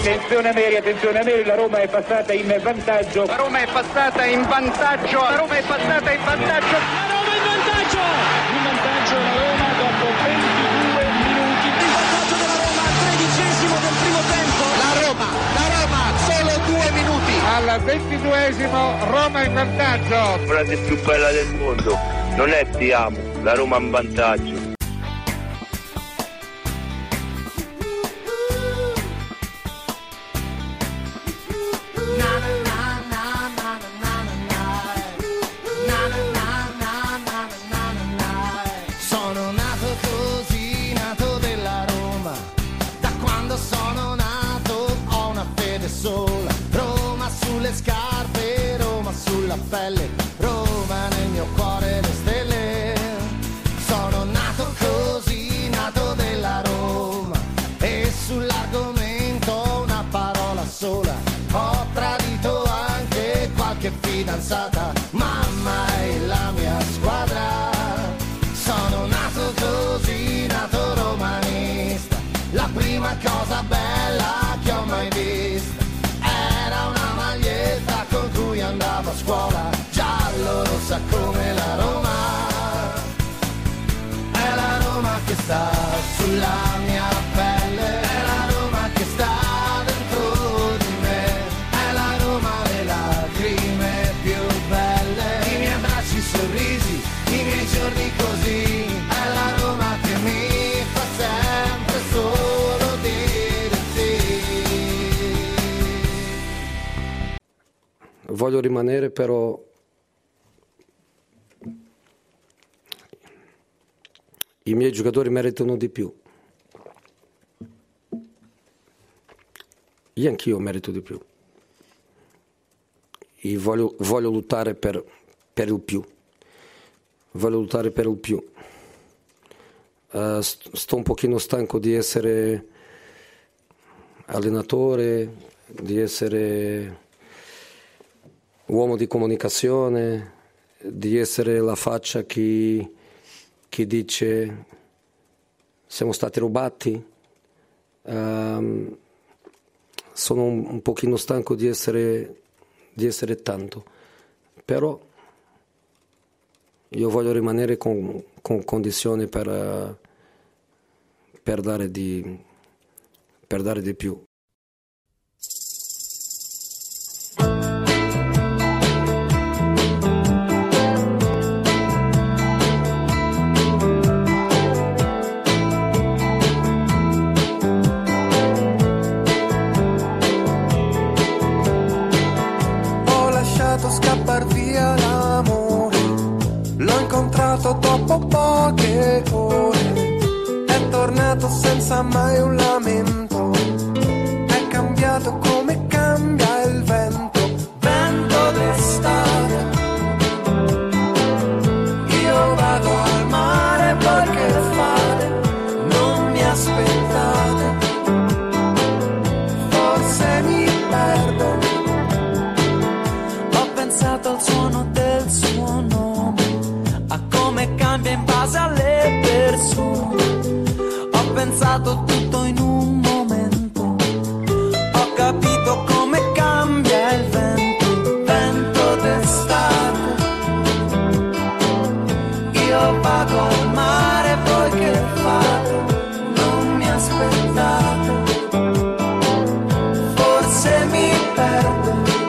Attenzione a Neri, la Roma è passata in vantaggio. La Roma è passata in vantaggio. La Roma è passata in vantaggio. La Roma in vantaggio. In vantaggio la Roma dopo 22 minuti. Il vantaggio della Roma al 13° del primo tempo. La Roma, solo 2 minuti. Al 22esimo Roma in vantaggio. La frase più bella del mondo non è ti amo, la Roma in vantaggio. Roma nel mio cuore le stelle. Sono nato così, nato della Roma. E sull'argomento una parola sola. Ho tradito anche qualche fidanzata. Mamma è la mia squadra. Sono nato così, nato romanista. La prima cosa bella che ho mai vista era una maglietta con cui andavo a scuola, giallo-rossa come la Roma. È la Roma che sta sulla mia pelle, è la Roma che sta dentro di me, è la Roma le lacrime più belle, i miei abbracci, i sorrisi, i miei giorni così, è la Roma che mi fa sempre solo dire sì. Voglio rimanere, però i miei giocatori meritano di più. Io anch'io merito di più. E voglio lottare per il più. Voglio lottare per il più. Sto un pochino stanco di essere allenatore, di essere uomo di comunicazione, di essere la faccia che dice siamo stati rubati. Sono un pochino stanco di essere tanto, però io voglio rimanere con condizioni per dare di più. Scappar via l'amore, l'ho incontrato dopo poche ore, è tornato senza mai un lamento, è cambiato come cambia il vento, vento d'estate. Io vado al mare, voi che fate? Non mi aspettate, forse mi perdo. Al suono del suo nome, a come cambia in base alle persone. Ho pensato tutto in un momento, ho capito come cambia il vento, vento d'estate. Io vado al mare, voi che fate? Non mi aspettate, forse mi perdo.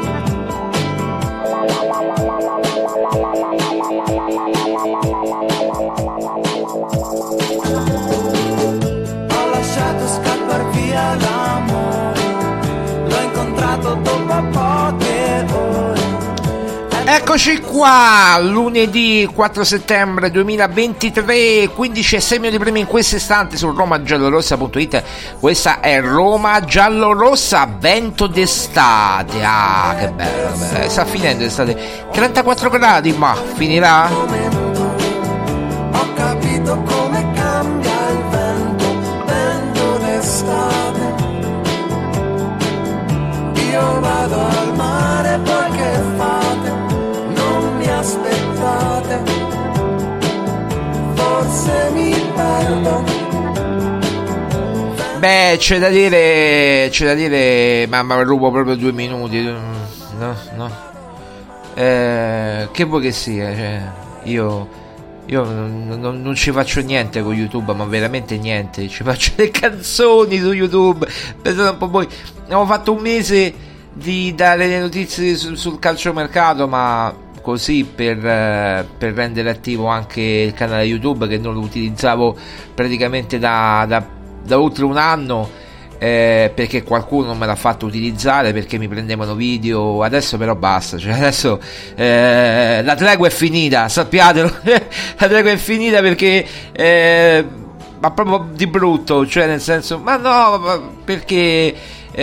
Ho lasciato scappar via l'amore, l'ho incontrato dopo poche ore. Eccoci qua, lunedì 4 settembre 2023, 15 e 6 minuti prima in questo istante su romagiallorossa.it. Questa è Roma Giallorossa, vento d'estate. Ah, che bello, sta finendo l'estate. 34 gradi, ma finirà? Ho capito come cambia il vento, vento d'estate. Io vado al mare, poi che fate? Non mi aspettate, forse mi perdo. Beh, c'è da dire, ma rubo proprio 2 minuti. No. Che vuoi che sia? Cioè, io non ci faccio niente con YouTube, ma veramente niente. Ci faccio le canzoni su YouTube. Pensate un po' voi. Abbiamo fatto un mese di dare le notizie sul calciomercato, ma così per rendere attivo anche il canale YouTube, che non lo utilizzavo praticamente da oltre un anno, perché qualcuno non me l'ha fatto utilizzare, perché mi prendevano video. Adesso però basta, cioè adesso la tregua è finita, sappiatelo. La tregua è finita, perché ma proprio di brutto, cioè nel senso, ma no, perché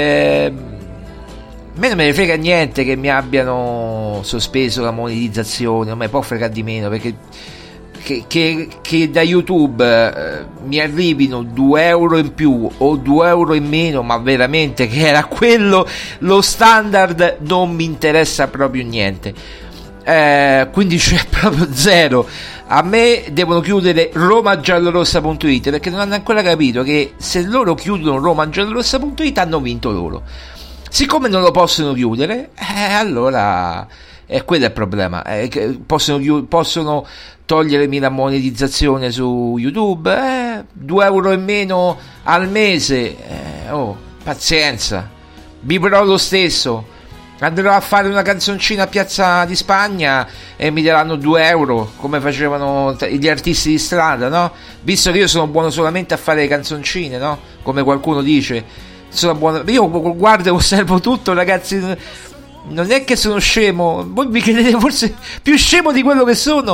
a me non me ne frega niente che mi abbiano sospeso la monetizzazione, non me ne può fregare di meno, perché che da YouTube mi arrivino 2 euro in più o 2 euro in meno, ma veramente che era quello lo standard, non mi interessa proprio niente. Quindi c'è proprio zero. A me devono chiudere romagiallorossa.it, perché non hanno ancora capito che se loro chiudono romagiallorossa.it hanno vinto loro. Siccome non lo possono chiudere, allora quello è il problema. Possono togliermi la monetizzazione su YouTube, 2 euro in meno al mese, pazienza, vivrò lo stesso. Andrò a fare una canzoncina a Piazza di Spagna e mi daranno 2 euro, come facevano gli artisti di strada, no? Visto che io sono buono solamente a fare canzoncine, no? Come qualcuno dice, sono buono. Io guardo e osservo tutto, ragazzi. Non è che sono scemo, voi mi credete forse più scemo di quello che sono,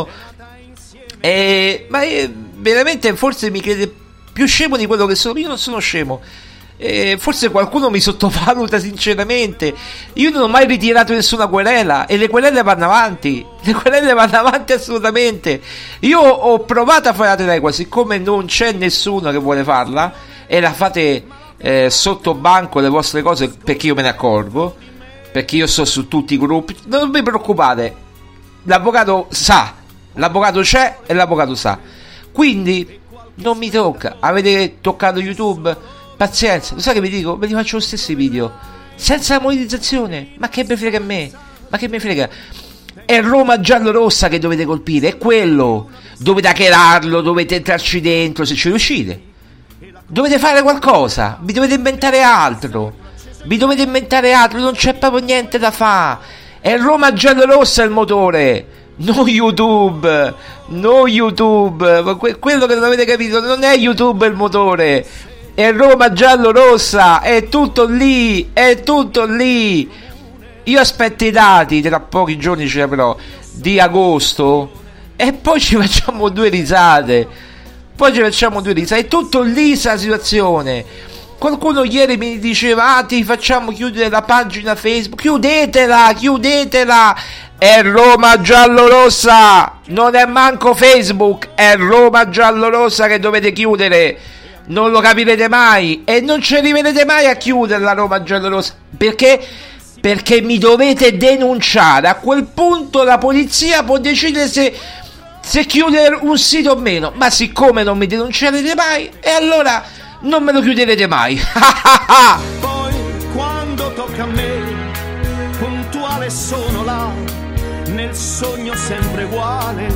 ma veramente forse mi credete più scemo di quello che sono. Io non sono scemo. Forse qualcuno mi sottovaluta sinceramente. Io non ho mai ritirato nessuna querela, e le querele vanno avanti. Le querele vanno avanti assolutamente. Io ho provato a fare la tregua, siccome non c'è nessuno che vuole farla e la fate sotto banco le vostre cose, perché io me ne accorgo, perché io sto su tutti i gruppi. Non vi preoccupate, l'avvocato sa, l'avvocato c'è e l'avvocato sa, quindi non mi tocca. Avete toccato YouTube? Pazienza, lo sai che vi dico? Ve li faccio lo stesso video senza la monetizzazione. Ma che me frega a me? Ma che me frega? È Roma giallorossa che dovete colpire, è quello. Dovete hackerarlo, dovete entrarci dentro, se ci riuscite. Dovete fare qualcosa, vi dovete inventare altro. Non c'è proprio niente da fare. È Roma giallorossa il motore, non YouTube. Quello che non avete capito, non è YouTube il motore, è Roma giallorossa, è tutto lì. Io aspetto i dati, tra pochi giorni ce li avrò, di agosto, e poi ci facciamo due risate. È tutto lì sta situazione. Qualcuno ieri mi diceva: ti facciamo chiudere la pagina Facebook. Chiudetela. È Roma giallorossa, non è manco Facebook, è Roma giallorossa che dovete chiudere. Non lo capirete mai e non ci arriverete mai a chiudere la Roma giallorossa, perché mi dovete denunciare. A quel punto la polizia può decidere se chiudere un sito o meno, ma siccome non mi denuncerete mai, e allora non me lo chiuderete mai. Poi quando tocca a me, puntuale sono là, nel sogno sempre uguale.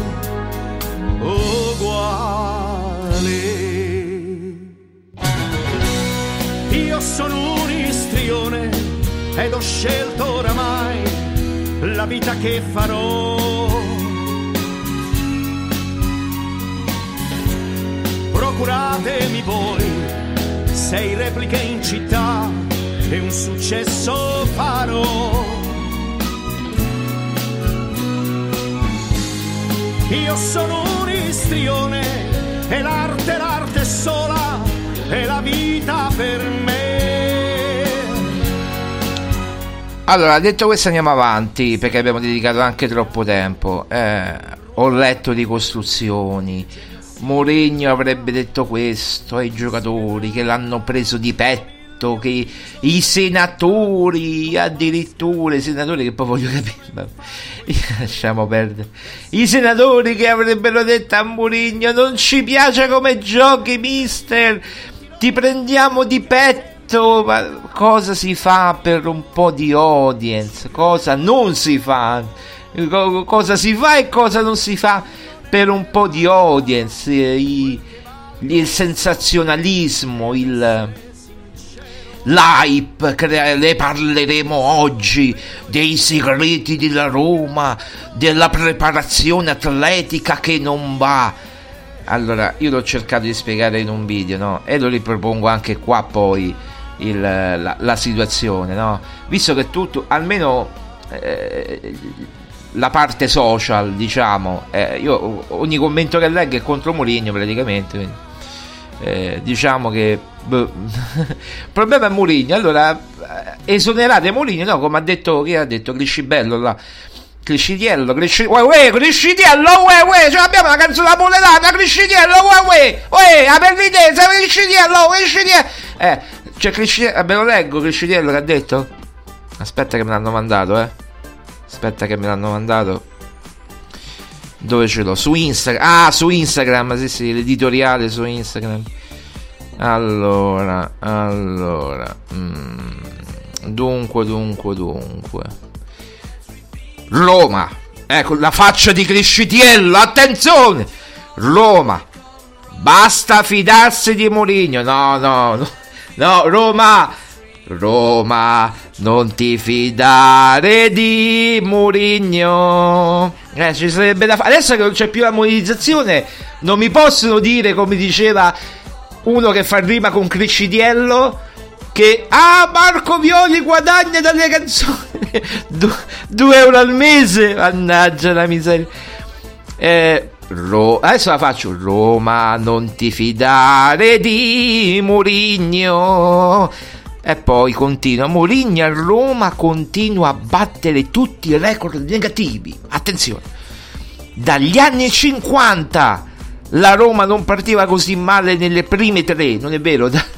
Io sono un istrione ed ho scelto oramai la vita che farò. Procuratemi voi 6 repliche in città e un successo farò. Io sono un istrione e l'arte sola è la vita per me. Allora, detto questo, andiamo avanti, perché abbiamo dedicato anche troppo tempo. Ho letto di costruzioni. Mourinho avrebbe detto questo ai giocatori che l'hanno preso di petto, che i senatori, addirittura i senatori, che poi voglio capire, lasciamo perdere, i senatori che avrebbero detto a Mourinho: non ci piace come giochi, mister, ti prendiamo di petto, ma cosa si fa per un po' di audience? Cosa non si fa? Cosa si fa e cosa non si fa per un po' di audience? Il sensazionalismo, l'hype, ne parleremo oggi, dei segreti della Roma, della preparazione atletica che non va. Allora, io l'ho cercato di spiegare in un video, no? E lo ripropongo anche qua poi la situazione, no? Visto che tutto, almeno la parte social, diciamo, io ogni commento che leggo è contro Mourinho praticamente, quindi, diciamo che il problema è Mourinho. Allora, esonerate Mourinho, no? Come ha detto, chi ha detto? Criscibello là. Criscitiello, Criscitiello, ce l'abbiamo la canzone napoletana, Criscitiello, Apervitese, Criscitiello. C'è Criscitiello, ve lo leggo, Criscitiello che ha detto? Aspetta che me l'hanno mandato. Dove ce l'ho? Su Instagram. Su Instagram, sì, l'editoriale su Instagram. Allora. Dunque. Roma, ecco la faccia di Criscitiello, attenzione, Roma, basta fidarsi di Mourinho, no, Roma, non ti fidare di Mourinho, ci sarebbe da fare, adesso che non c'è più la monetizzazione, non mi possono dire, come diceva uno che fa rima con Criscitiello, che Marco Violi guadagna dalle canzoni 2 euro al mese, mannaggia la miseria. Adesso la faccio. Roma, non ti fidare di Mourinho. E poi continua. Mourinho a Roma continua a battere tutti i record negativi. Attenzione, dagli anni 50 la Roma non partiva così male nelle prime 3, non è vero? Dal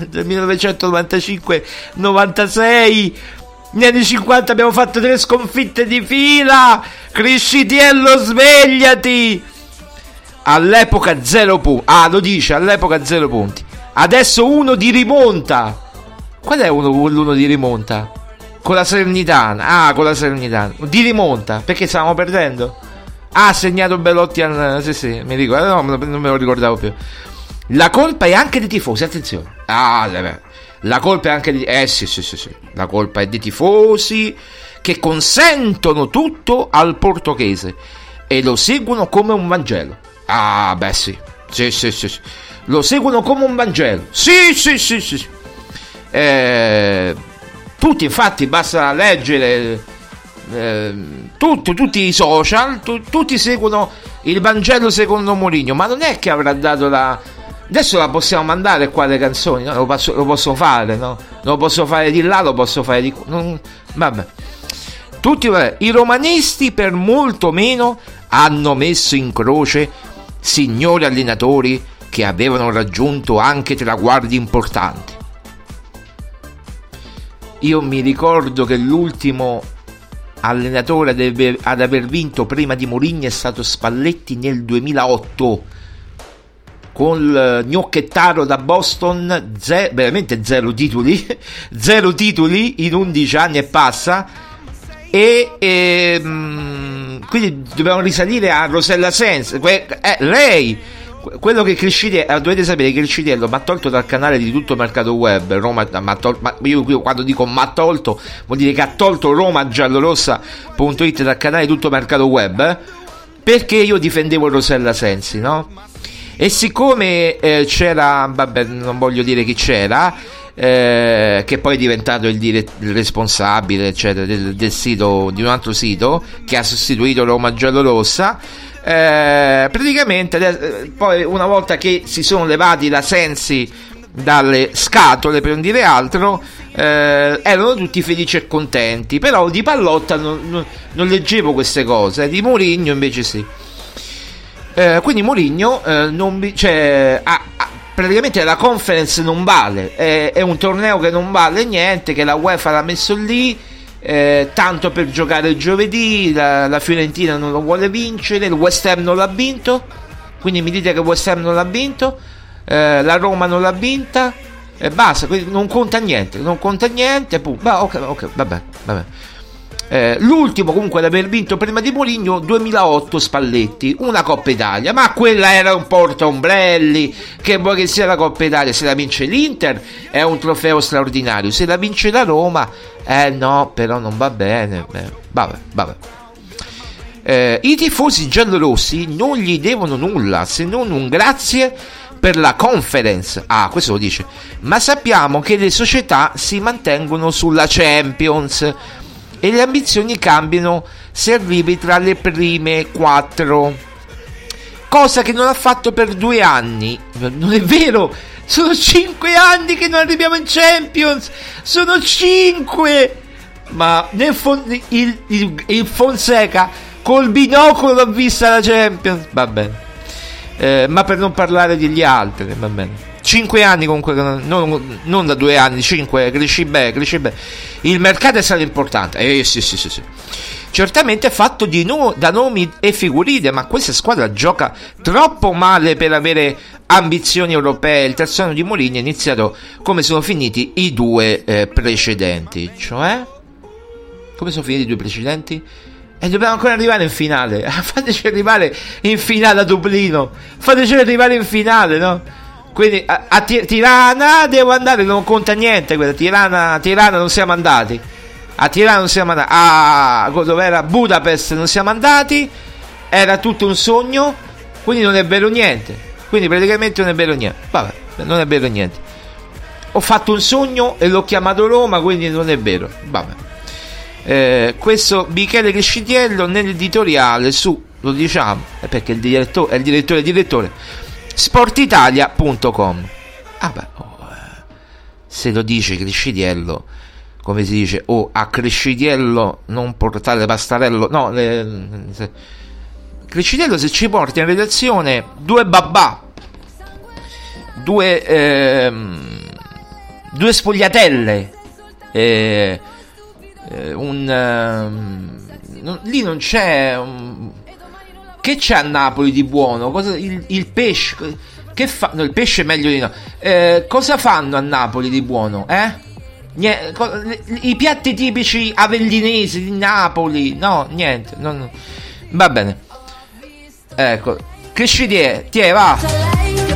1995-96, negli anni 50 abbiamo fatto 3 sconfitte di fila. Criscitiello, svegliati! All'epoca 0 punti. Lo dice, all'epoca 0 punti. Adesso 1 di rimonta. Qual è l'uno di rimonta? Con la Salernitana. Con la Salernitana. Di rimonta, perché stavamo perdendo? Ha segnato Belotti sì, mi ricordo, no, non me lo ricordavo più. La colpa è anche dei tifosi, attenzione. La colpa è anche di sì. La colpa è dei tifosi che consentono tutto al portoghese e lo seguono come un Vangelo. Sì. Lo seguono come un Vangelo. Sì. Tutti, infatti, basta leggere tutti i social, tutti seguono il Vangelo secondo Mourinho, ma non è che avrà dato adesso la possiamo mandare qua le canzoni, no? Lo posso fare, no? Lo posso fare di là, lo posso fare di qua, vabbè. I romanisti per molto meno hanno messo in croce signori allenatori che avevano raggiunto anche traguardi importanti. Io mi ricordo che l'ultimo allenatore ad aver vinto prima di Mourinho è stato Spalletti nel 2008 con il gnocchettaro da Boston, veramente 0 titoli in 11 anni e passa, e quindi dobbiamo risalire a Rosella Sensi, lei, quello che Criscitiello, dovete sapere che Criscitiello mi ha tolto dal canale di Tutto Mercato Web. Io quando dico mi ha tolto vuol dire che ha tolto romagiallorossa.it dal canale di Tutto Mercato Web, perché io difendevo Rosella Sensi, no? E siccome c'era, non voglio dire chi c'era, che poi è diventato il responsabile, eccetera, del sito, di un altro sito che ha sostituito Roma Giallorossa, praticamente poi, una volta che si sono levati la Sensi dalle scatole, per non dire altro, erano tutti felici e contenti. Però di Pallotta non leggevo queste cose, di Mourinho invece sì. Quindi Mourinho praticamente la Conference non vale, è un torneo che non vale niente, che la UEFA l'ha messo lì tanto per giocare il giovedì. La Fiorentina non lo vuole vincere, il West Ham non l'ha vinto, quindi mi dite che West Ham non l'ha vinto, la Roma non l'ha vinta, e basta, quindi non conta niente, ok, vabbè. L'ultimo comunque ad aver vinto prima di Mourinho 2008 Spalletti, una Coppa Italia, ma quella era un portaombrelli, che vuoi che sia la Coppa Italia, se la vince l'Inter è un trofeo straordinario, se la vince la Roma no, però non va bene, vabbè. I tifosi giallorossi non gli devono nulla se non un grazie per la conference, questo lo dice, ma sappiamo che le società si mantengono sulla Champions e le ambizioni cambiano se arrivi tra le prime 4, cosa che non ha fatto per 2 anni. Non è vero, sono 5 anni che non arriviamo in Champions, sono 5, ma il Fonseca col binocolo l'ha vista la Champions, va bene, ma per non parlare degli altri, va bene. 5 anni comunque, non da 2 anni, 5, cresci bene. Il mercato è stato importante, sì. Certamente fatto da nomi e figurine, ma questa squadra gioca troppo male per avere ambizioni europee. Il terzo anno di Mourinho è iniziato come sono finiti i 2 precedenti, cioè come sono finiti i 2 precedenti? E dobbiamo ancora arrivare in finale. Fateci arrivare in finale a Dublino, fateci arrivare in finale, no? Quindi a Tirana devo andare, non conta niente quella. Tirana non siamo andati. A Tirana non siamo andati. Dove era Budapest non siamo andati. Era tutto un sogno. Quindi non è vero niente. Quindi praticamente non è vero niente. Vabbè, non è vero niente. Ho fatto un sogno e l'ho chiamato Roma, quindi non è vero. Vabbè. Questo Michele Crescitiello nell'editoriale su, lo diciamo, perché il direttore sportitalia.com. Se lo dice Crescitiello, come si dice, a Crescitiello non portare pastarello, no, Crescitiello se ci porta in redazione 2 babà, 2 sfogliatelle, lì non c'è che c'è a Napoli di buono? Il pesce che fa? No, il pesce è meglio di no. Cosa fanno a Napoli di buono? I piatti tipici avellinesi di Napoli? No, niente. No. Va bene. Ecco, Crescitiello, va.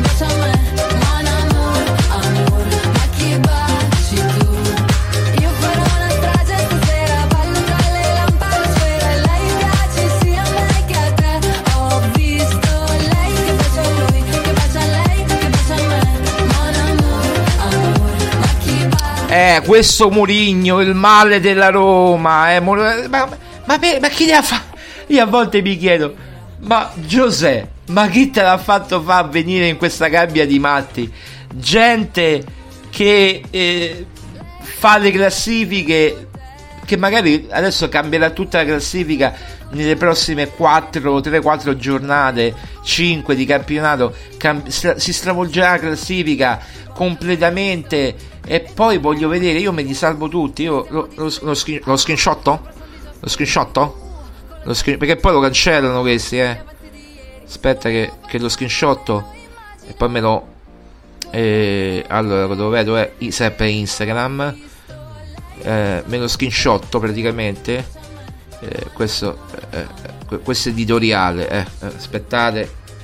Questo Mourinho, il male della Roma, ma chi le ha fatto? Io a volte mi chiedo, ma Giuseppe, ma chi te l'ha fatto far venire in questa gabbia di matti? Gente che fa le classifiche, che magari adesso cambierà tutta la classifica nelle prossime 3-4 giornate, 5 di campionato, si stravolgerà la classifica completamente. E poi voglio vedere, io me li salvo tutti. Io lo screenshotto? Perché poi lo cancellano questi, Aspetta che lo screenshotto e poi me lo allora lo vedo è sempre Instagram, me lo screenshotto praticamente, questo editoriale, aspetta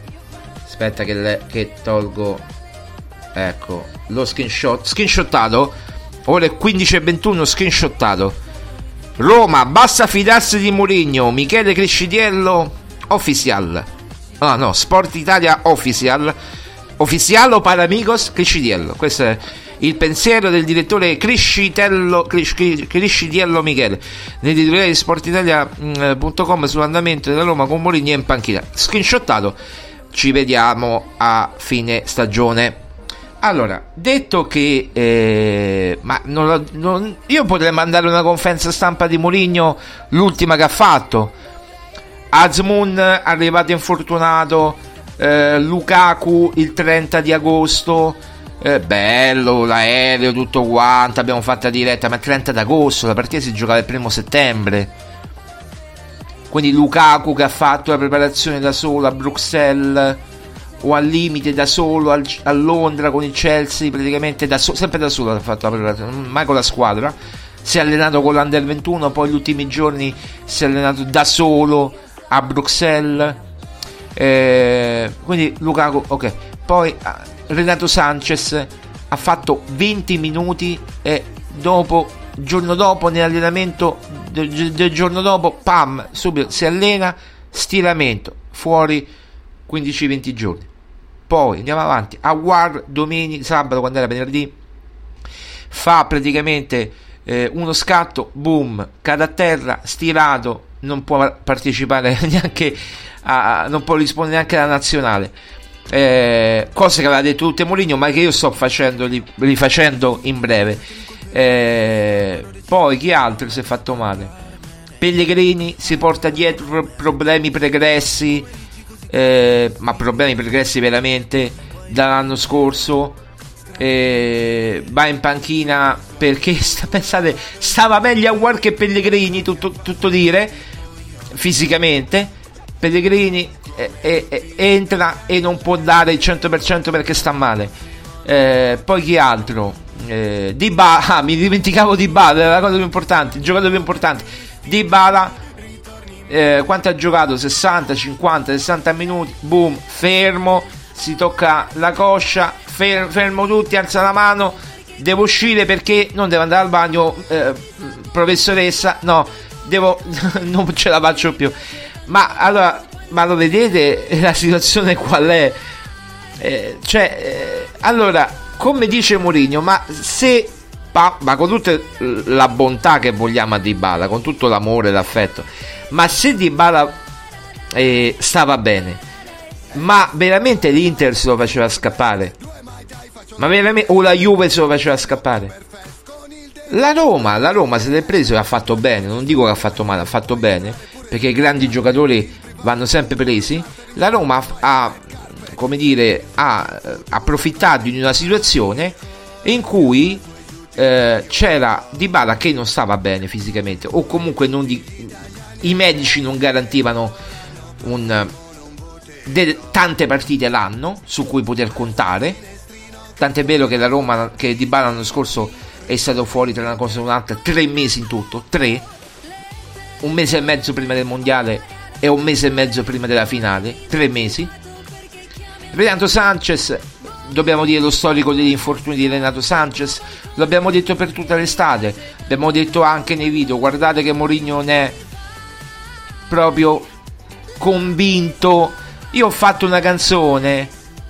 che tolgo. Ecco lo screenshottato, ore 15:21, screenshottato. Roma, basta fidarsi di Mourinho, Michele Crescitiello official. Sport Italia official para amigos Crescitiello. Questo è il pensiero del direttore Crescitiello Michele nell'editoriale di sportitalia.com sull'andamento della Roma con Mourinho in panchina. Screenshottato. Ci vediamo a fine stagione. Allora, detto che io potrei mandare una conferenza stampa di Mourinho, l'ultima che ha fatto. Azmoun arrivato infortunato, Lukaku il 30 di agosto, bello l'aereo, tutto quanto, abbiamo fatto la diretta, ma il 30 d'agosto la partita si giocava il 1 settembre. Quindi Lukaku che ha fatto la preparazione da solo a Bruxelles, o al limite da solo a Londra con il Chelsea, praticamente sempre da solo ha fatto la preparazione, mai con la squadra. Si è allenato con l'Under 21, poi gli ultimi giorni si è allenato da solo a Bruxelles, quindi Lukaku, ok. Poi Renato Sanchez ha fatto 20 minuti e giorno dopo nell'allenamento del giorno dopo, pam, subito si allena, stiramento, fuori 15-20 giorni. Poi andiamo avanti, Aouar sabato, quando era venerdì, fa praticamente uno scatto, boom, cade a terra, stirato, non può partecipare neanche non può rispondere neanche alla nazionale, cose che aveva detto tutte Mourinho, ma che io sto rifacendo in breve. Poi chi altro si è fatto male? Pellegrini si porta dietro problemi pregressi, ma problemi pregressi veramente dall'anno scorso. Va in panchina perché pensate, stava meglio Aouar che Pellegrini, tutto dire, fisicamente. Pellegrini entra e non può dare il 100% perché sta male. Poi chi altro? Dybala, mi dimenticavo Dybala, era la cosa più importante, il giocatore più importante. Dybala, quanto ha giocato? 60, 50, 60 minuti, boom, fermo, si tocca la coscia, fermo tutti, alza la mano, devo uscire perché non devo andare al bagno, professoressa, no, non ce la faccio più. Ma lo vedete la situazione qual è? Allora, come dice Mourinho, ma con tutta la bontà che vogliamo a Dybala, con tutto l'amore e l'affetto, ma se Dybala stava bene, ma veramente l'Inter se lo faceva scappare? Ma veramente, o la Juve se lo faceva scappare? La Roma se l'è preso e ha fatto bene, non dico che ha fatto male, ha fatto bene, perché i grandi giocatori vanno sempre presi. La Roma ha approfittato di una situazione in cui c'era Dybala che non stava bene fisicamente, o comunque i medici non garantivano tante partite l'anno su cui poter contare, tant'è vero che la Roma, che Dybala l'anno scorso è stato fuori tra una cosa e un'altra 3 mesi in tutto, 3, un mese e mezzo prima del mondiale e un mese e mezzo prima della finale, 3 mesi. Renato Sanchez, dobbiamo dire lo storico degli infortuni di Renato Sanchez, lo abbiamo detto per tutta l'estate, abbiamo detto anche nei video, guardate che Mourinho non è proprio convinto. Io ho fatto una canzone,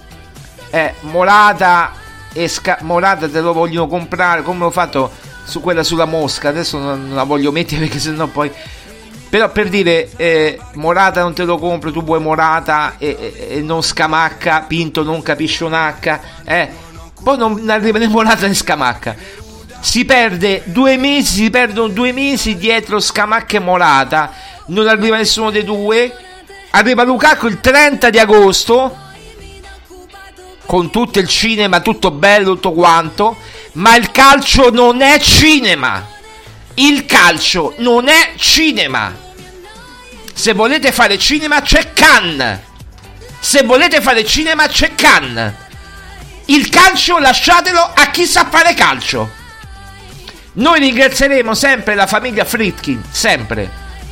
Morata te lo vogliono comprare, come ho fatto su quella sulla Mosca, adesso non la voglio mettere perché sennò poi, però per dire, Morata non te lo compro, tu vuoi Morata e non Scamacca, Pinto non capisce un H, poi non arriva né Morata né Scamacca, si perdono 2 mesi dietro Scamacca e Morata, non arriva nessuno dei due, arriva Lukaku il 30 di agosto con tutto il cinema, tutto bello, tutto quanto, ma il calcio non è cinema. Il calcio non è cinema. Se volete fare cinema c'è Cannes. Se volete fare cinema c'è Cannes. Il calcio lasciatelo a chi sa fare calcio. Noi ringrazieremo sempre la famiglia Friedkin, sempre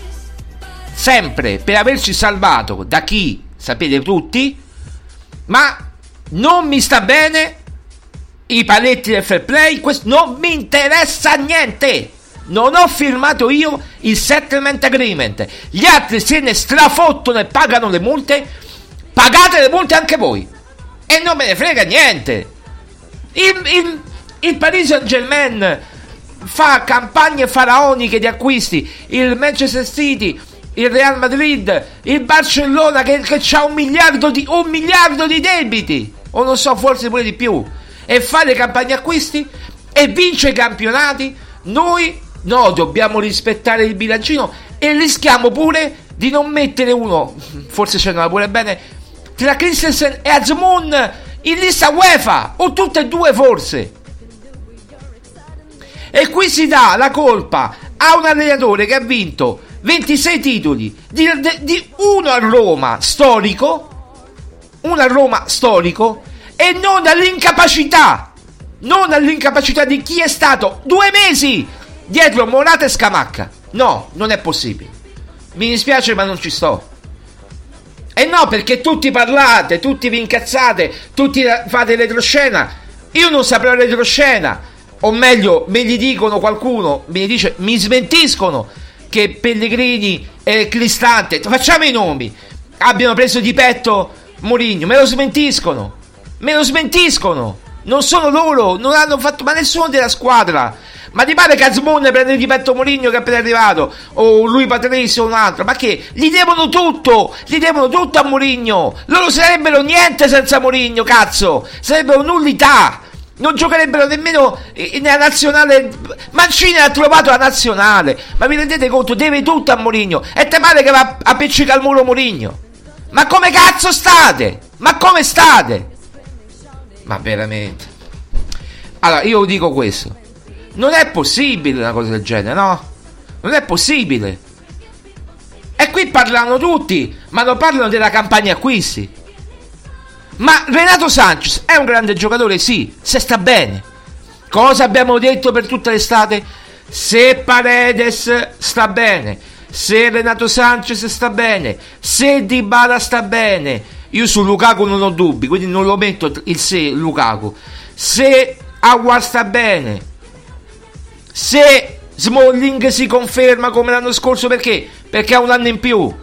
per averci salvato da chi sapete tutti, ma non mi sta bene i paletti del fair play, questo non mi interessa niente. Non ho firmato io il settlement agreement, gli altri se ne strafottono e pagano le multe, pagate le multe anche voi e non me ne frega niente. Il Paris Saint-Germain fa campagne faraoniche di acquisti, il Manchester City, il Real Madrid, il Barcellona che c'ha 1 miliardo di debiti, o non so, forse pure di più, e fa le campagne acquisti e vince i campionati. Noi no, dobbiamo rispettare il bilancino e rischiamo pure di non mettere uno, forse ce ne va pure bene, tra Christensen e Azmoun in lista UEFA, o tutte e due forse. E qui si dà la colpa a un allenatore che ha vinto 26 titoli, di uno a Roma storico, una Roma storico e non all'incapacità di chi è stato 2 mesi dietro Morata e Scamacca. No, non è possibile. Mi dispiace, ma non ci sto. E no, perché tutti parlate, tutti vi incazzate, tutti fate retroscena. Io non saprò retroscena, o meglio, me gli dicono, qualcuno mi smentiscono che Pellegrini e Cristante, facciamo i nomi, abbiano preso di petto Mourinho. Me lo smentiscono. Non sono loro, non hanno fatto, ma nessuno della squadra. Ma ti pare che Azmoun prende di petto Mourinho che è appena arrivato, o lui Patrice o un altro? Ma che? Gli devono tutto a Mourinho. Loro sarebbero niente senza Mourinho, cazzo, sarebbero nullità, non giocherebbero nemmeno nella nazionale. Mancini ha trovato la nazionale, ma vi rendete conto? Deve tutto a Mourinho. E te pare che va a appiccicare al muro Mourinho? Ma come cazzo state? Ma come state? Ma veramente. Allora, io dico questo: non è possibile una cosa del genere, no? Non è possibile. E qui parlano tutti, ma non parlano della campagna acquisti. Ma Renato Sanchez è un grande giocatore? Sì, se sta bene. Cosa abbiamo detto per tutta l'estate? Se Paredes sta bene, se Renato Sanchez sta bene, se Dybala sta bene. Io su Lukaku non ho dubbi, quindi non lo metto il se Lukaku. Se Aouar sta bene, se Smalling si conferma come l'anno scorso, perché ha un anno in più.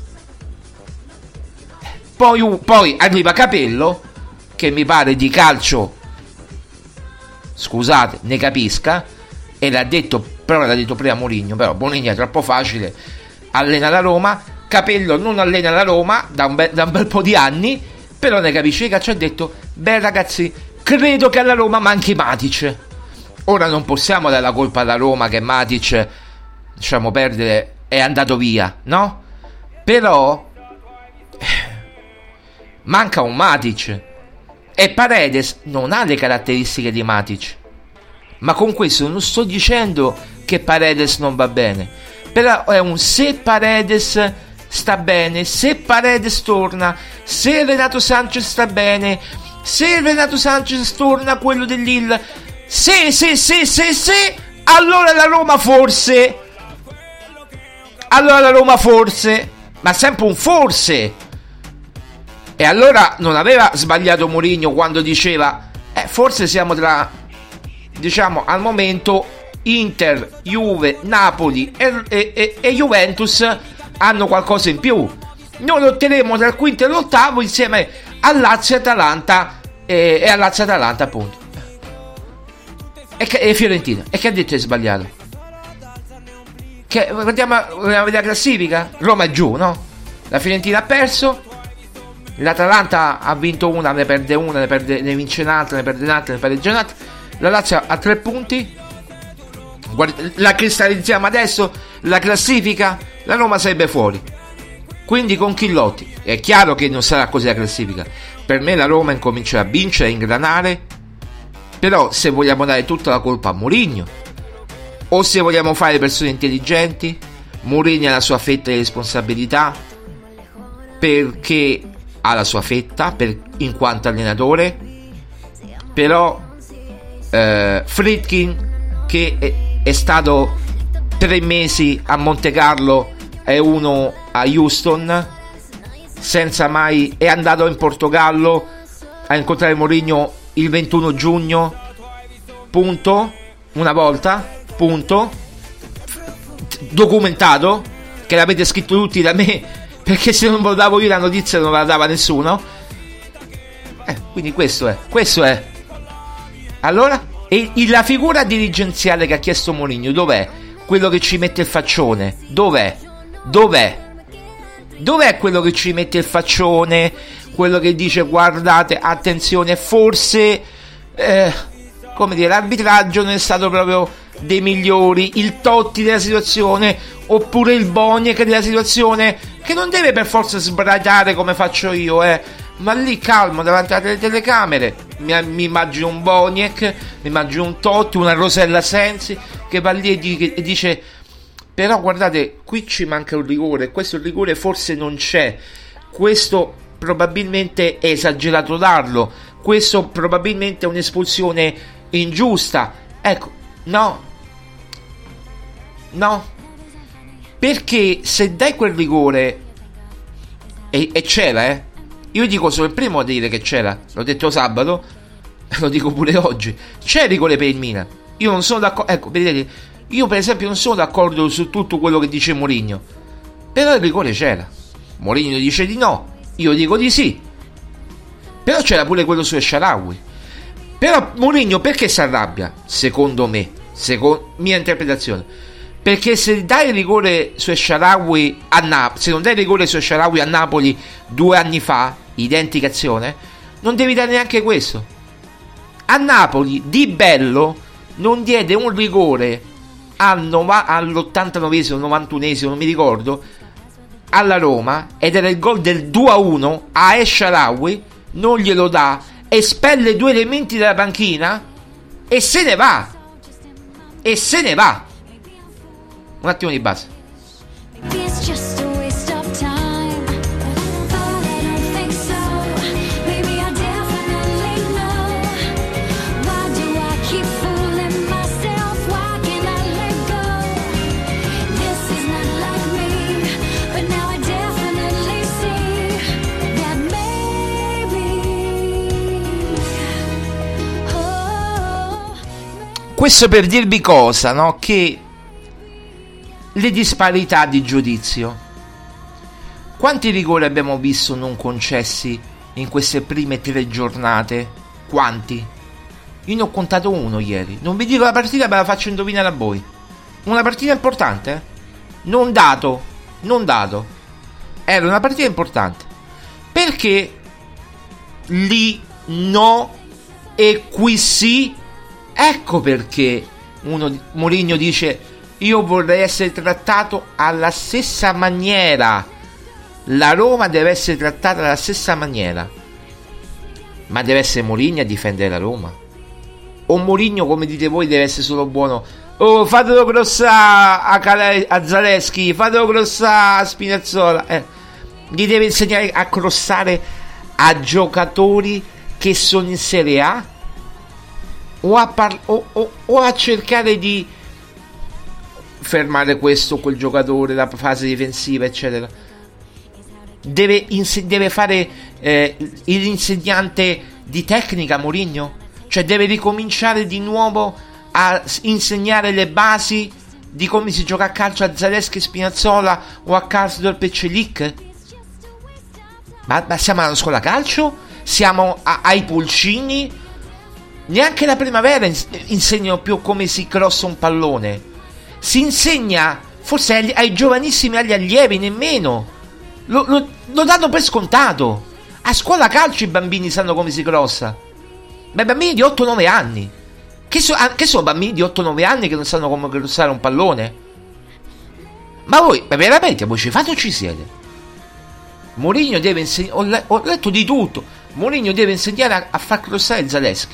Poi arriva Capello, che mi pare di calcio, scusate, ne capisca, e l'ha detto prima Mourinho, però Mourinho è troppo facile, allena la Roma. Capello non allena la Roma da un bel po' di anni, però ne capisce che ci ha detto: beh ragazzi, credo che alla Roma manchi Matic. Ora non possiamo dare la colpa alla Roma che Matic, lasciamo perdere, è andato via, no? Però manca un Matic e Paredes non ha le caratteristiche di Matic. Ma con questo non sto dicendo che Paredes non va bene, però è un se Paredes sta bene, se Paredes torna, se Renato Sanchez sta bene, se Renato Sanchez torna quello del Lille, se allora la Roma forse, ma sempre un forse. E allora non aveva sbagliato Mourinho quando diceva forse siamo tra, diciamo, al momento Inter, Juve, Napoli e Juventus hanno qualcosa in più. Noi lotteremo tra il quinto e l'ottavo insieme a Lazio e Atalanta, e a Lazio e Atalanta, appunto, e Fiorentina. E che ha detto è sbagliato? Che vediamo la classifica. Roma è giù, no? La Fiorentina ha perso, l'Atalanta ha vinto una, ne perde una, ne vince un'altra, ne perde un'altra, ne pareggia un'altra. La Lazio ha 3 punti. La cristallizziamo adesso la classifica, la Roma sarebbe fuori, quindi con chi lotti? È chiaro che non sarà così la classifica. Per me la Roma incomincerà a vincere, a ingranare. Però se vogliamo dare tutta la colpa a Mourinho, o se vogliamo fare persone intelligenti, Mourinho ha la sua fetta di responsabilità, perché ha la sua fetta in quanto allenatore. Però Friedkin, che è stato 3 mesi a Monte Carlo e uno a Houston, senza mai, è andato in Portogallo a incontrare Mourinho il 21 giugno, punto, una volta, punto, documentato, che l'avete scritto tutti da me, perché se non ve lo davo io la notizia non la dava nessuno. Quindi questo è. Allora, e la figura dirigenziale che ha chiesto Mourinho dov'è? Quello che ci mette il faccione? Dov'è quello che ci mette il faccione? Quello che dice: guardate, attenzione, forse come dire, l'arbitraggio non è stato proprio dei migliori, il Totti della situazione, oppure il Boniek della situazione, che non deve per forza sbradare come faccio io, ma lì calmo davanti alle telecamere. Mi immagino un Boniek, mi immagino un Totti, una Rosella Sensi che va lì e dice: però guardate, qui ci manca un rigore, questo rigore forse non c'è, questo probabilmente è esagerato darlo, questo probabilmente è un'espulsione ingiusta. Ecco, no, perché se dai quel rigore e c'era, io dico, sono il primo a dire che c'era, l'ho detto sabato, lo dico pure oggi, c'è il rigore per il Milan. Io non sono d'accordo, ecco, vedete, io per esempio non sono d'accordo su tutto quello che dice Mourinho, però il rigore c'era. Mourinho dice di no, io dico di sì, però c'era pure quello su El Shaarawy. Però Mourinho perché si arrabbia? Secondo me, secondo mia interpretazione, perché se dai il rigore su El Shaarawy se non dai il rigore su El Shaarawy a Napoli 2 anni fa, identica azione, non devi dare neanche questo. A Napoli Di Bello non diede un rigore all'89esimo, 91esimo, non mi ricordo, alla Roma, ed era il gol del 2-1 a El Shaarawy, non glielo dà, espelle 2 elementi dalla panchina e se ne va. Un attimo di base. Questo per dirvi cosa, no? Che le disparità di giudizio. Quanti rigori abbiamo visto non concessi in queste prime 3 giornate? Quanti? Io ne ho contato uno ieri. Non vi dico la partita, ve la faccio indovinare a voi. Una partita importante, eh? Non dato. Era una partita importante. Perché lì no e qui sì? Ecco perché Mourinho dice: io vorrei essere trattato alla stessa maniera. La Roma deve essere trattata alla stessa maniera. Ma deve essere Mourinho a difendere la Roma? O Mourinho, come dite voi, deve essere solo buono? Oh, fatelo crossare a Zaleschi, fatelo crossare a Spinazzola. Gli deve insegnare a crossare a giocatori che sono in Serie A? O a cercare di fermare questo o quel giocatore, la fase difensiva, eccetera. Deve fare l'insegnante di tecnica Mourinho? Cioè deve ricominciare di nuovo a insegnare le basi di come si gioca a calcio a Zaleschi, Spinazzola o a Karsdorp e Celik? Ma siamo alla scuola calcio? Siamo ai pulcini? Neanche la primavera insegnano più come si crossa un pallone. Si insegna forse ai giovanissimi, agli allievi, nemmeno. Lo danno per scontato. A scuola calcio i bambini sanno come si crossa. Ma i bambini di 8-9 anni. Che sono bambini di 8-9 anni che non sanno come crossare un pallone? Ma voi, veramente, voi ci fate o ci siete? Mourinho deve insegnare. Ho letto di tutto. Mourinho deve insegnare a far crossare Zaleschi.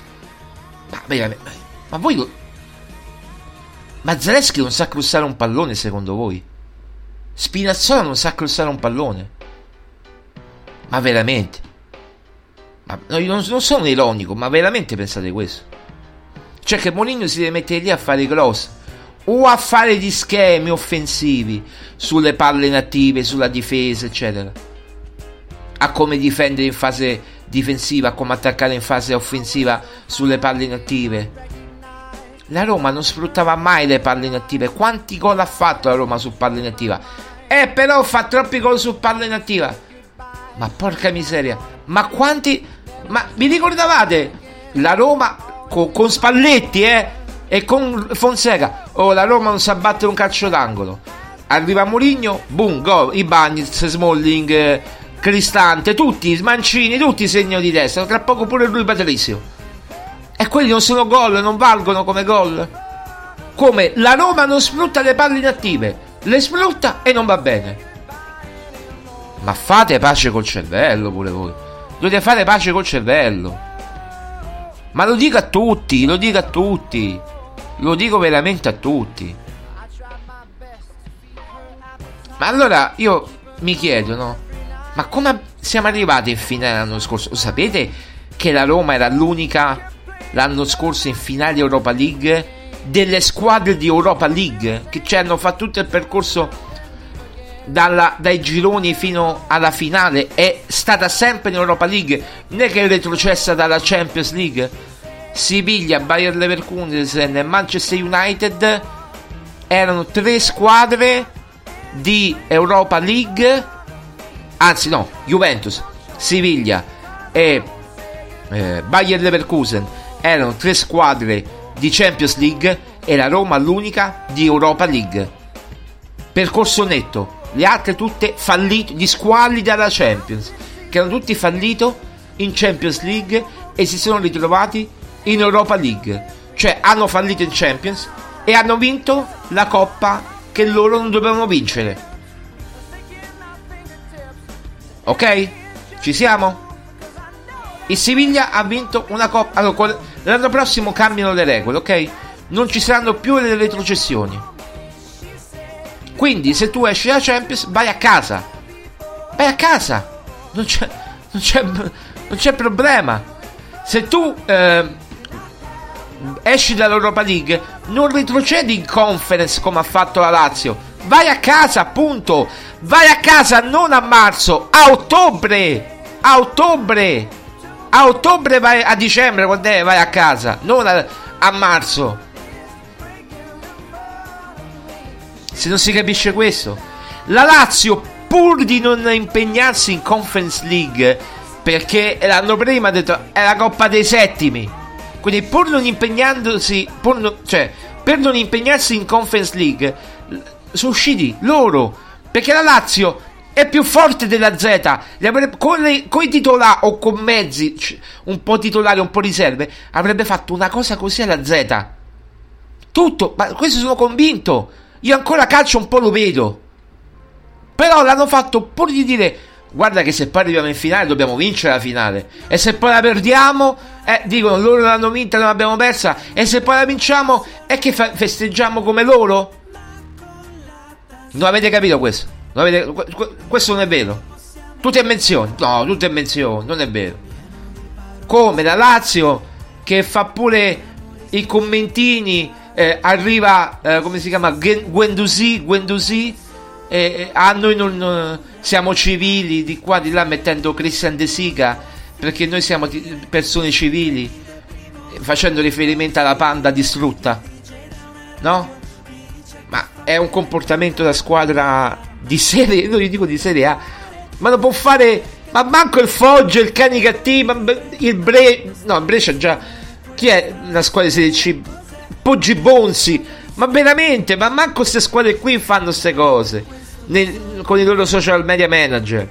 Ma voi ma Zaleschi non sa crossare un pallone, secondo voi? Spinazzola non sa crossare un pallone? Ma veramente? Ma no, io non sono ironico, ma veramente pensate questo? Cioè che Mourinho si deve mettere lì a fare i cross o a fare gli schemi offensivi sulle palle inattive, sulla difesa, eccetera, a come difendere in fase difensiva, a come attaccare in fase offensiva sulle palle inattive. La Roma non sfruttava mai le palle inattive. Quanti gol ha fatto la Roma su palle inattiva? Però fa troppi gol su palle inattiva. Ma porca miseria, ma quanti? Ma vi ricordavate la Roma con Spalletti e con Fonseca? La Roma non sa battere un calcio d'angolo. Arriva Mourinho, boom, gol. Ibañez, Smalling, Cristante, tutti, Mancini, tutti segnano di destra. Tra poco pure lui Patrizio. E quelli non sono gol, non valgono come gol. Come la Roma non sfrutta le palle inattive, le sfrutta e non va bene. Ma fate pace col cervello pure voi. Dovete fare pace col cervello. Ma lo dico a tutti, lo dico veramente a tutti. Ma allora io mi chiedo, no? Ma come siamo arrivati in finale l'anno scorso. Lo sapete che la Roma era l'unica l'anno scorso in finale Europa League delle squadre di Europa League che ci hanno fatto tutto il percorso dai gironi fino alla finale, è stata sempre in Europa League, non è che è retrocessa dalla Champions League. Siviglia, Bayer Leverkusen e Manchester United erano 3 squadre di Europa League, anzi no, Juventus, Siviglia e Bayer Leverkusen erano 3 squadre di Champions League e la Roma l'unica di Europa League. Percorso netto, le altre tutte fallite, gli squalli dalla Champions, che erano tutti falliti in Champions League e si sono ritrovati in Europa League, cioè hanno fallito in Champions e hanno vinto la coppa che loro non dovevano vincere. Ok? Ci siamo? Il Siviglia ha vinto una coppa. Allora, l'anno prossimo cambiano le regole, ok? Non ci saranno più le retrocessioni. Quindi se tu esci da Champions vai a casa. Vai a casa. Non c'è problema. Se tu esci dall'Europa League non retrocedi in Conference come ha fatto la Lazio. Vai a casa, appunto. Vai a casa non a marzo, a ottobre. A ottobre. A ottobre vai, a dicembre quando vai a casa, non a marzo. Se non si capisce questo, la Lazio, pur di non impegnarsi in Conference League, perché l'anno prima ha detto è la Coppa dei Settimi, quindi pur non impegnandosi, per non impegnarsi in Conference League, sono usciti loro, perché la Lazio è più forte della Z. Con i titolari o con mezzi un po' titolari, un po' riserve, avrebbe fatto una cosa così alla Z. Tutto, ma questo sono convinto. Io ancora calcio un po' lo vedo. Però l'hanno fatto pur di dire guarda che se poi arriviamo in finale dobbiamo vincere la finale. E se poi la perdiamo, dicono loro l'hanno vinta, non l'abbiamo persa. E se poi la vinciamo, è che festeggiamo come loro? Non avete capito questo? Questo non è vero. Tutto è menzione. No, tutto è menzione, non è vero. Come la Lazio che fa pure i commentini, arriva come si chiama, Guendouzi, a noi non siamo civili di qua di là, mettendo Christian De Sica perché noi siamo persone civili, facendo riferimento alla panda distrutta, no? Ma è un comportamento da squadra di serie, non gli dico di serie A, ma non può fare, ma manco il Foggia, il Canicattì, il Brescia già, chi è una squadra di serie C? Poggi Bonzi, ma veramente, ma manco queste squadre qui fanno queste cose con i loro social media manager.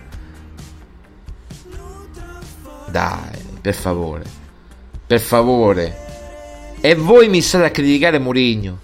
Dai, per favore. E voi mi state a criticare Mourinho.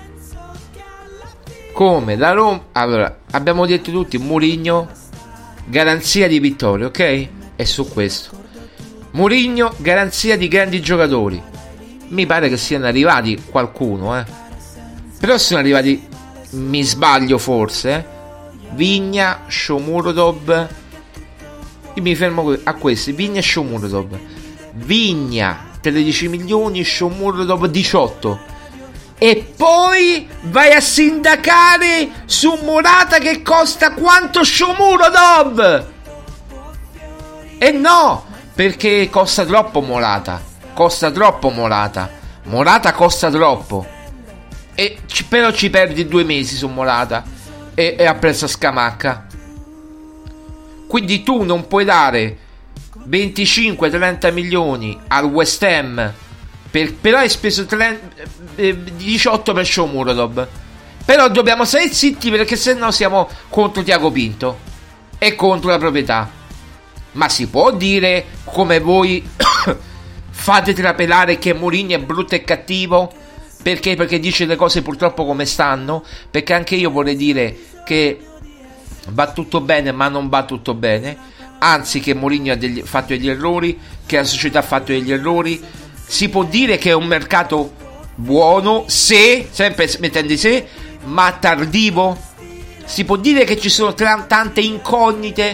Come? La Roma. Allora, abbiamo detto tutti, Mourinho garanzia di vittoria, ok? E su questo Mourinho garanzia di grandi giocatori. Mi pare che siano arrivati qualcuno, però sono arrivati, mi sbaglio forse, Vigna, Shomurodov. Io mi fermo a questi, Vigna e Shomurodov. Vigna 13 milioni, Shomurodov 18. E poi vai a sindacare su Morata che costa quanto Shomurodov. E no, perché costa troppo Morata. Costa troppo Morata costa troppo. E però ci perdi 2 mesi su Morata e a prezzo a scamacca. Quindi tu non puoi dare 25-30 milioni al West Ham però hai speso 18 per Shomurodov. Però dobbiamo stare zitti perché sennò siamo contro Tiago Pinto e contro la proprietà. Ma si può dire, come voi fate trapelare, che Mourinho è brutto e cattivo perché dice le cose purtroppo come stanno? Perché anche io vorrei dire che va tutto bene ma non va tutto bene, anzi che Mourinho ha fatto degli errori, che la società ha fatto degli errori. Si può dire che è un mercato buono, se, sempre mettendo se, ma tardivo. Si può dire che ci sono tante incognite,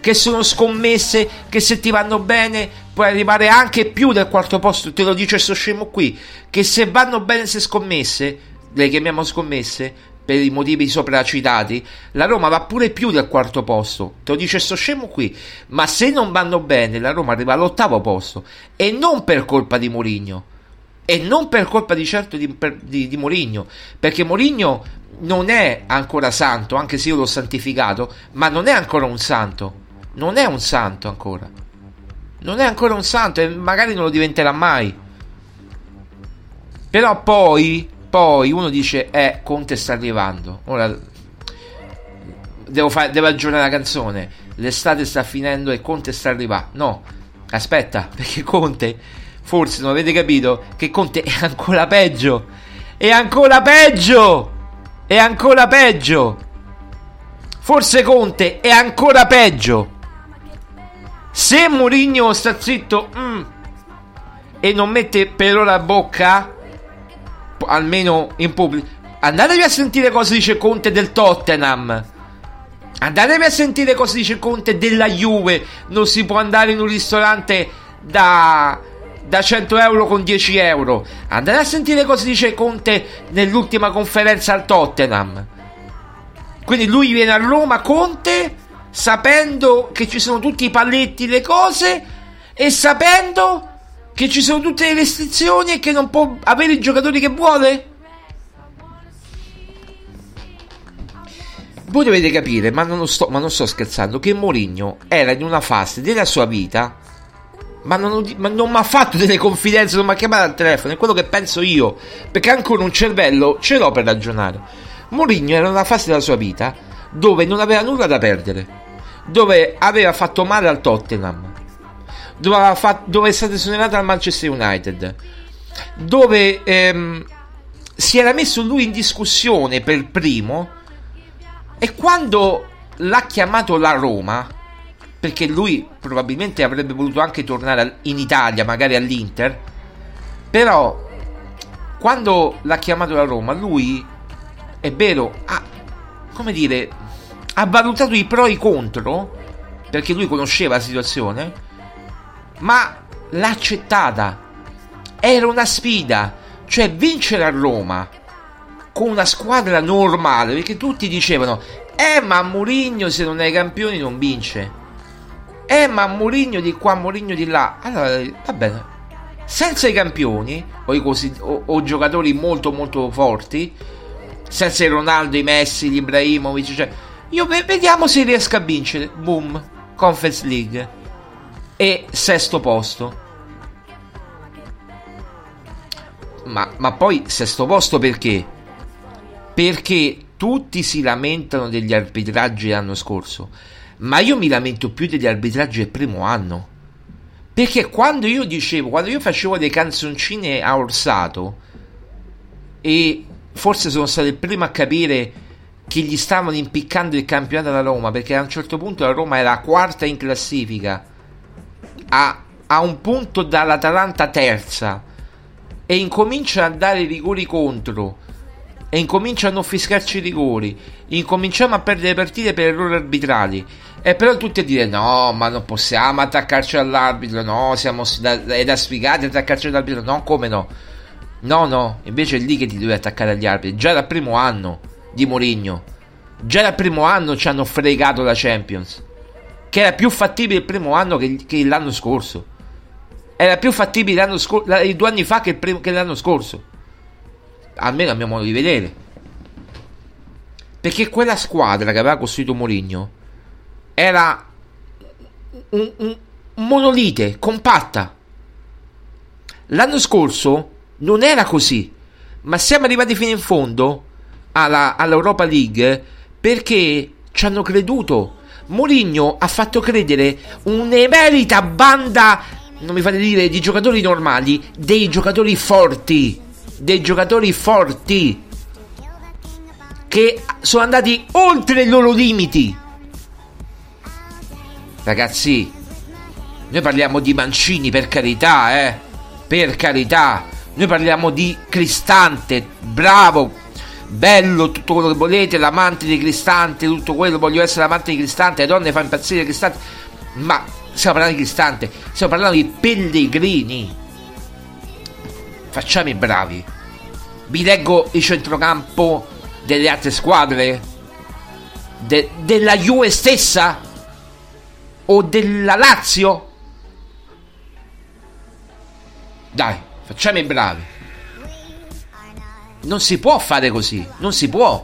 che sono scommesse che se ti vanno bene puoi arrivare anche più del quarto posto. Te lo dice sto scemo qui, che se vanno bene se scommesse, le chiamiamo scommesse per i motivi sopra citati, la Roma va pure più del quarto posto, te lo dice sto scemo qui. Ma se non vanno bene, la Roma arriva all'8º posto, e non per colpa di Mourinho, e non per colpa di certo di Mourinho, perché Mourinho non è ancora santo, anche se io l'ho santificato, ma non è ancora un santo, non è un santo ancora, non è ancora un santo, e magari non lo diventerà mai. Però poi uno dice Conte sta arrivando, ora devo aggiornare la canzone, l'estate sta finendo e Conte sta arrivando. No, aspetta, perché Conte, forse non avete capito che Conte è ancora peggio, è ancora peggio, è ancora peggio. Forse Conte è ancora peggio. Se Mourinho sta zitto e non mette per ora a bocca, almeno in pubblico, andatevi a sentire cosa dice Conte del Tottenham, andatevi a sentire cosa dice Conte della Juve. Non si può andare in un ristorante da 100 euro con 10 euro. Andate a sentire cosa dice Conte nell'ultima conferenza al Tottenham. Quindi lui viene a Roma, Conte, sapendo che ci sono tutti i paletti, le cose, e sapendo che ci sono tutte le restrizioni e che non può avere i giocatori che vuole. Voi dovete capire, ma non sto scherzando, che Mourinho era in una fase della sua vita, ma non mi ha fatto delle confidenze, non mi ha chiamato al telefono, è quello che penso io, perché ancora un cervello ce l'ho per ragionare. Mourinho era in una fase della sua vita dove non aveva nulla da perdere, dove aveva fatto male al Tottenham, dove è stato esonerato al Manchester United, dove si era messo lui in discussione per primo, e quando l'ha chiamato la Roma, perché lui probabilmente avrebbe voluto anche tornare in Italia, magari all'Inter, però quando l'ha chiamato la Roma, lui, è vero, ha valutato i pro e i contro, perché lui conosceva la situazione, ma l'ha accettata. Era una sfida, cioè vincere a Roma con una squadra normale, perché tutti dicevano ma Mourinho se non è campioni non vince, ma Mourinho di qua, Mourinho di là. Allora va bene, senza i campioni o giocatori molto molto forti, senza i Ronaldo, i Messi, gli Ibrahimovic, cioè, vediamo se riesco a vincere. Boom, Conference League e 6º posto. Ma poi 6º posto perché? Perché tutti si lamentano degli arbitraggi l'anno scorso, ma io mi lamento più degli arbitraggi del primo anno, perché quando io facevo dei canzoncine a Orsato, e forse sono stato il primo a capire che gli stavano impiccando il campionato alla Roma, perché a un certo punto la Roma era quarta in classifica, a un punto dall'Atalanta terza, e incomincia a dare rigori contro, e incomincia a non fiscarci i rigori, incominciamo a perdere partite per errori arbitrali, e però tutti a dire no, ma non possiamo attaccarci all'arbitro, no, è da sfigati attaccarci all'arbitro, no, come no, invece è lì che ti devi attaccare agli arbitri. Già dal primo anno di Mourinho, già dal primo anno ci hanno fregato la Champions, che era più fattibile il primo anno che l'anno scorso, era più fattibile i 2 anni fa che l'anno scorso, almeno a mio modo di vedere, perché quella squadra che aveva costruito Mourinho era un monolite compatta. L'anno scorso non era così, ma siamo arrivati fino in fondo all'Europa League perché ci hanno creduto. Mourinho ha fatto credere un'emerita banda, non mi fate dire di giocatori normali, dei giocatori forti che sono andati oltre i loro limiti. Ragazzi, noi parliamo di Mancini, per carità, noi parliamo di Cristante, bravo, bello, tutto quello che volete, l'amante di Cristante, tutto quello, voglio essere l'amante di Cristante, le donne fa impazzire Cristante, ma stiamo parlando di Cristante, stiamo parlando di Pellegrini. Facciamo i bravi. Vi leggo il centrocampo delle altre squadre, della Juve stessa o della Lazio. Dai, facciamo i bravi. Non si può fare così, non si può.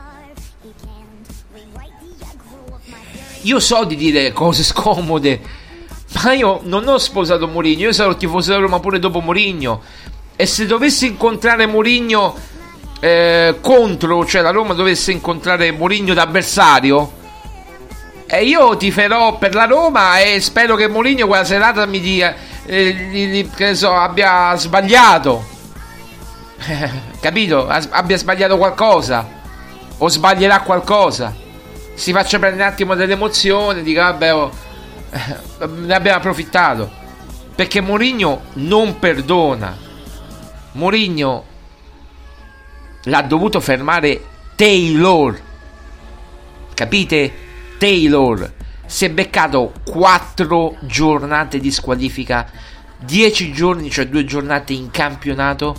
Io so di dire cose scomode, ma io non ho sposato Mourinho, io sarò tifoso della Roma pure dopo Mourinho, e se dovessi incontrare Mourinho contro, cioè la Roma dovesse incontrare Mourinho d'avversario, e io tiferò per la Roma e spero che Mourinho quella serata mi dia che ne so, abbia sbagliato, capito? Abbia sbagliato qualcosa o sbaglierà qualcosa, si faccia prendere un attimo dell'emozione, dica vabbè, ne abbiamo approfittato, perché Mourinho non perdona. Mourinho l'ha dovuto fermare Taylor, capite? Taylor si è beccato 4 giornate di squalifica, 10 giorni, cioè 2 giornate in campionato,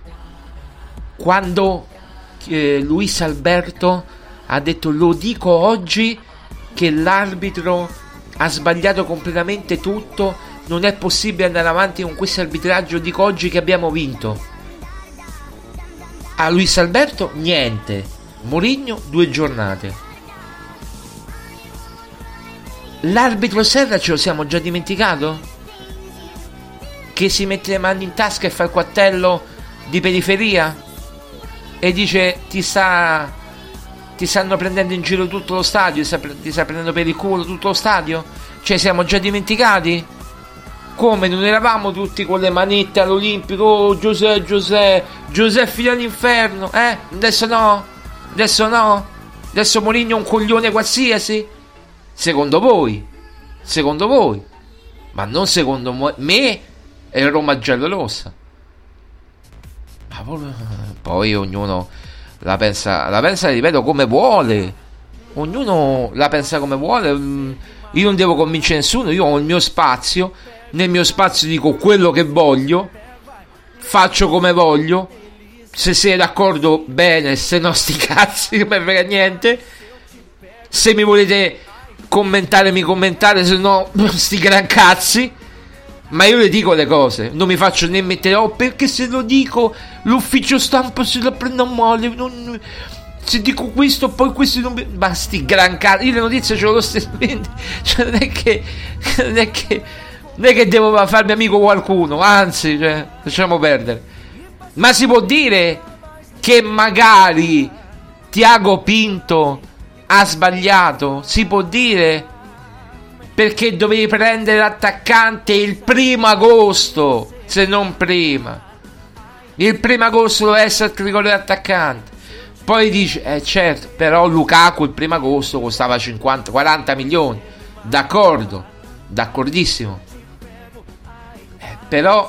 quando Luis Alberto ha detto: lo dico oggi che l'arbitro ha sbagliato completamente tutto, non è possibile andare avanti con questo arbitraggio, dico oggi che abbiamo vinto. A Luis Alberto niente, Mourinho 2 giornate. L'arbitro Serra ce lo siamo già dimenticato? Che si mette le mani in tasca e fa il quattello di periferia e dice ti stanno prendendo in giro tutto lo stadio, ti sta prendendo per il culo tutto lo stadio? Cioè siamo già dimenticati? Come non eravamo tutti con le manette all'Olimpico? Oh, Giuseppe fino all'inferno, adesso no? Adesso Mourinho è un coglione qualsiasi? Secondo voi, ma non secondo me e Roma giallorossa. Poi ognuno la pensa, ripeto, come vuole. Ognuno la pensa come vuole. Io non devo convincere nessuno, io ho il mio spazio. Nel mio spazio dico quello che voglio, faccio come voglio. Se siete d'accordo bene, se no sti cazzi, non mi frega niente. Se mi volete commentare, se no sti gran cazzi. Ma io le dico le cose, non mi faccio né mettere perché se lo dico l'ufficio stampa se la prende a male, se dico questo poi questi non mi... Ma sti gran cazzi, io le notizie ce l'ho lo stesso, cioè non è che devo farmi amico qualcuno, anzi, cioè, lasciamo perdere. Ma si può dire che magari Tiago Pinto ha sbagliato? Si può dire? Perché dovevi prendere l'attaccante il 1° agosto, se non prima. Il 1° agosto doveva essere il tricolore attaccante. Poi dice, certo, però Lukaku il 1° agosto costava 40 milioni. D'accordo, d'accordissimo. Però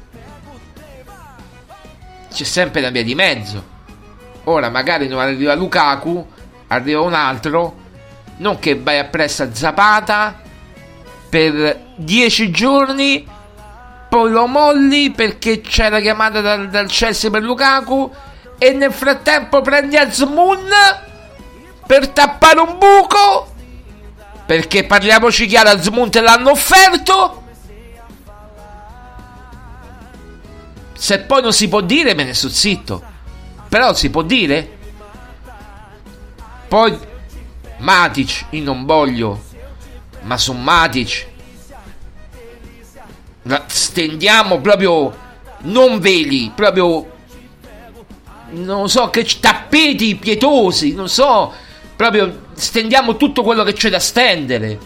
c'è sempre una via di mezzo. Ora magari non arriva Lukaku, arriva un altro, non che vai appresso a Zapata per 10 giorni, poi lo molli perché c'è la chiamata dal Chelsea per Lukaku, e nel frattempo prendi Azmoun per tappare un buco, perché parliamoci chiaro, Azmoun te l'hanno offerto. Se poi non si può dire, me ne sto zitto, però si può dire. Poi Matic, io non voglio, ma su Matic stendiamo proprio, non veli, proprio, non so, che tappeti pietosi, non so, proprio stendiamo tutto quello che c'è da stendere.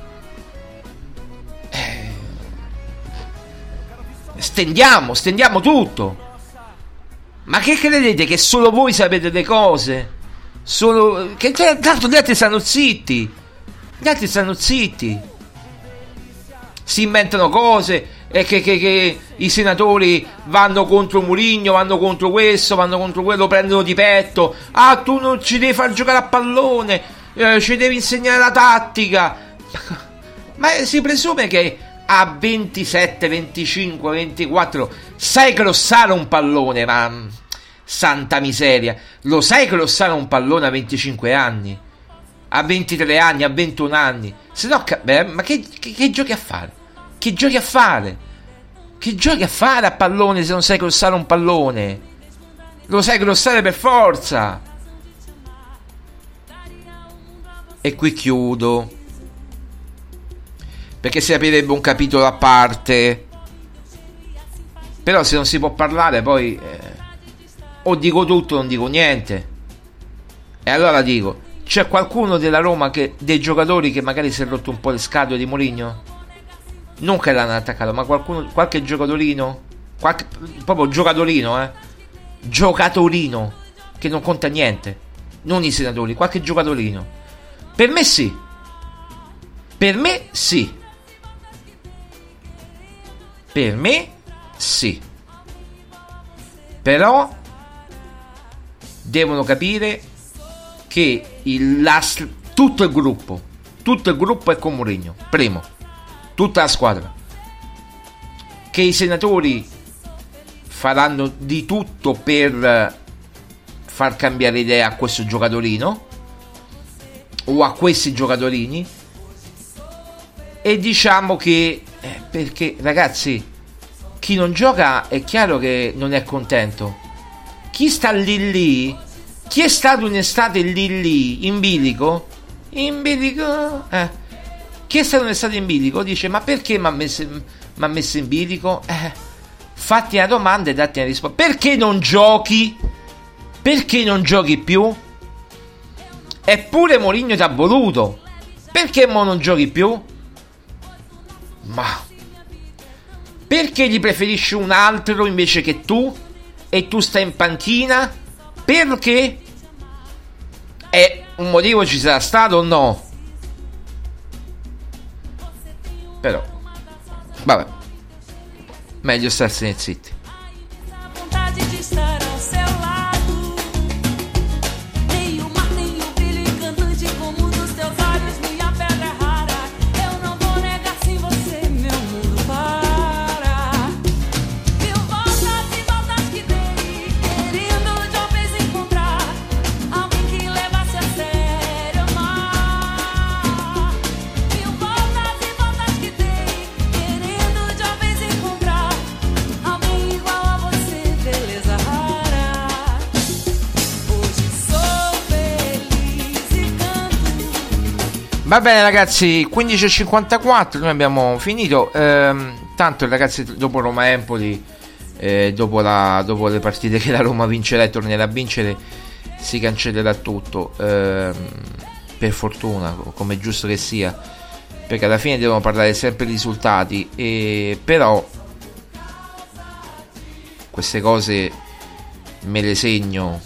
Stendiamo tutto. Ma che credete che solo voi sapete le cose? Solo che tanto gli altri stanno zitti. Si inventano cose. e che i senatori vanno contro Mourinho, vanno contro questo, vanno contro quello, prendono di petto. Ah, tu non ci devi far giocare a pallone, ci devi insegnare la tattica. Ma si presume che a 27, 25, 24 sai crossare un pallone, ma santa miseria, lo sai crossare un pallone a 25 anni, a 23 anni, a 21 anni? Se no, ma che giochi a fare? Che giochi a fare? Che giochi a fare a pallone se non sai crossare un pallone? Lo sai crossare per forza. E qui chiudo, perché si aprirebbe un capitolo a parte. Però se non si può parlare poi o dico tutto o non dico niente. E allora dico, c'è qualcuno della Roma, dei giocatori, che magari si è rotto un po' le scatole di Mourinho? Non che l'hanno attaccato, ma qualche giocatorino, proprio giocatorino, giocatorino, che non conta niente, non i senatori, qualche giocatorino. Per me sì. Per me sì. Per me sì. Però devono capire che tutto il gruppo è con Mourinho, primo, tutta la squadra, che i senatori faranno di tutto per far cambiare idea a questo giocatorino o a questi giocatori, e diciamo che perché ragazzi, chi non gioca è chiaro che non è contento. Chi sta lì, chi è stato in estate lì in bilico, chi è stato in estate in bilico dice: ma perché mi ha messo in bilico? Fatti una domanda e datti una risposta. Perché non giochi? Perché non giochi più? Eppure Mourinho ti ha voluto. Perché mo non giochi più? Ma perché gli preferisci un altro invece che tu? E tu stai in panchina? Perché? Un motivo ci sarà stato o no? Però vabbè, meglio starsene zitti. Va bene ragazzi, 15:54, noi abbiamo finito. Tanto ragazzi, dopo Roma-Empoli, dopo le partite che la Roma vincerà e tornerà a vincere, si cancellerà tutto, per fortuna, come è giusto che sia, perché alla fine devono parlare sempre di risultati. Però queste cose me le segno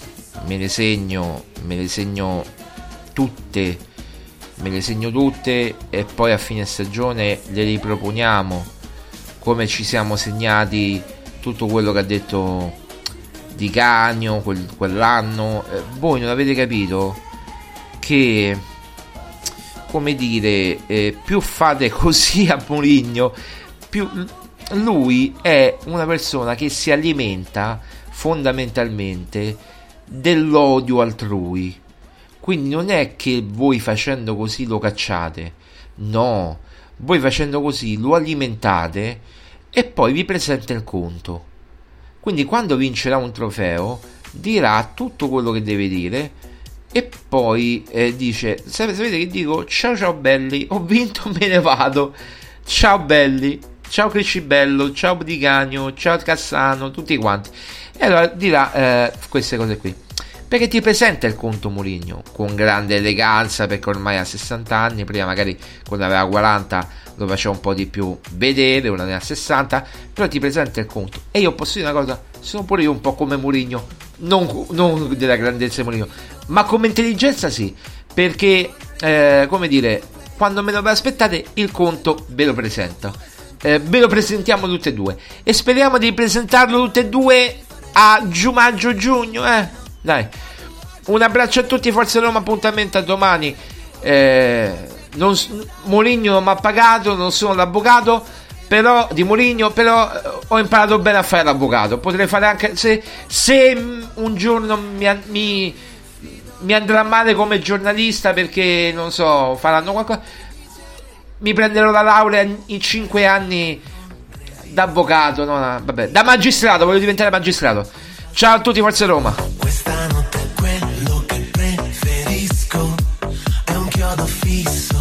tutte, e poi a fine stagione le riproponiamo, come ci siamo segnati tutto quello che ha detto Di Canio quell'anno. Voi non avete capito che, come dire, più fate così a Mourinho, più lui è una persona che si alimenta fondamentalmente dell'odio altrui. Quindi non è che voi facendo così lo cacciate, no, voi facendo così lo alimentate e poi vi presenta il conto. Quindi quando vincerà un trofeo dirà tutto quello che deve dire e poi dice: sapete che dico? Ciao belli, ho vinto, me ne vado, ciao belli, ciao Criscibello, ciao Di Canio, ciao Cassano, tutti quanti. E allora dirà queste cose qui, perché ti presenta il conto Mourinho con grande eleganza, perché ormai ha 60 anni, prima magari quando aveva 40 lo faceva un po' di più vedere, ora ne ha 60, però ti presenta il conto. E io posso dire una cosa, sono pure io un po' come Mourinho, non della grandezza di Mourinho, ma come intelligenza sì, perché come dire, quando me lo aspettate il conto ve lo presenta. ve lo presentiamo tutte e due e speriamo di presentarlo tutte e due a maggio-giugno, dai. Un abbraccio a tutti, Forza Roma, appuntamento a domani. Mourinho non mi ha pagato, non sono l'avvocato però di Mourinho, però ho imparato bene a fare l'avvocato. Potrei fare anche se un giorno mi andrà male come giornalista, perché non so, faranno qualcosa, mi prenderò la laurea in 5 anni d'avvocato, vabbè, da magistrato, voglio diventare magistrato. Ciao a tutti, Forza Roma. Questa notte quello che preferisco è un chiodo fisso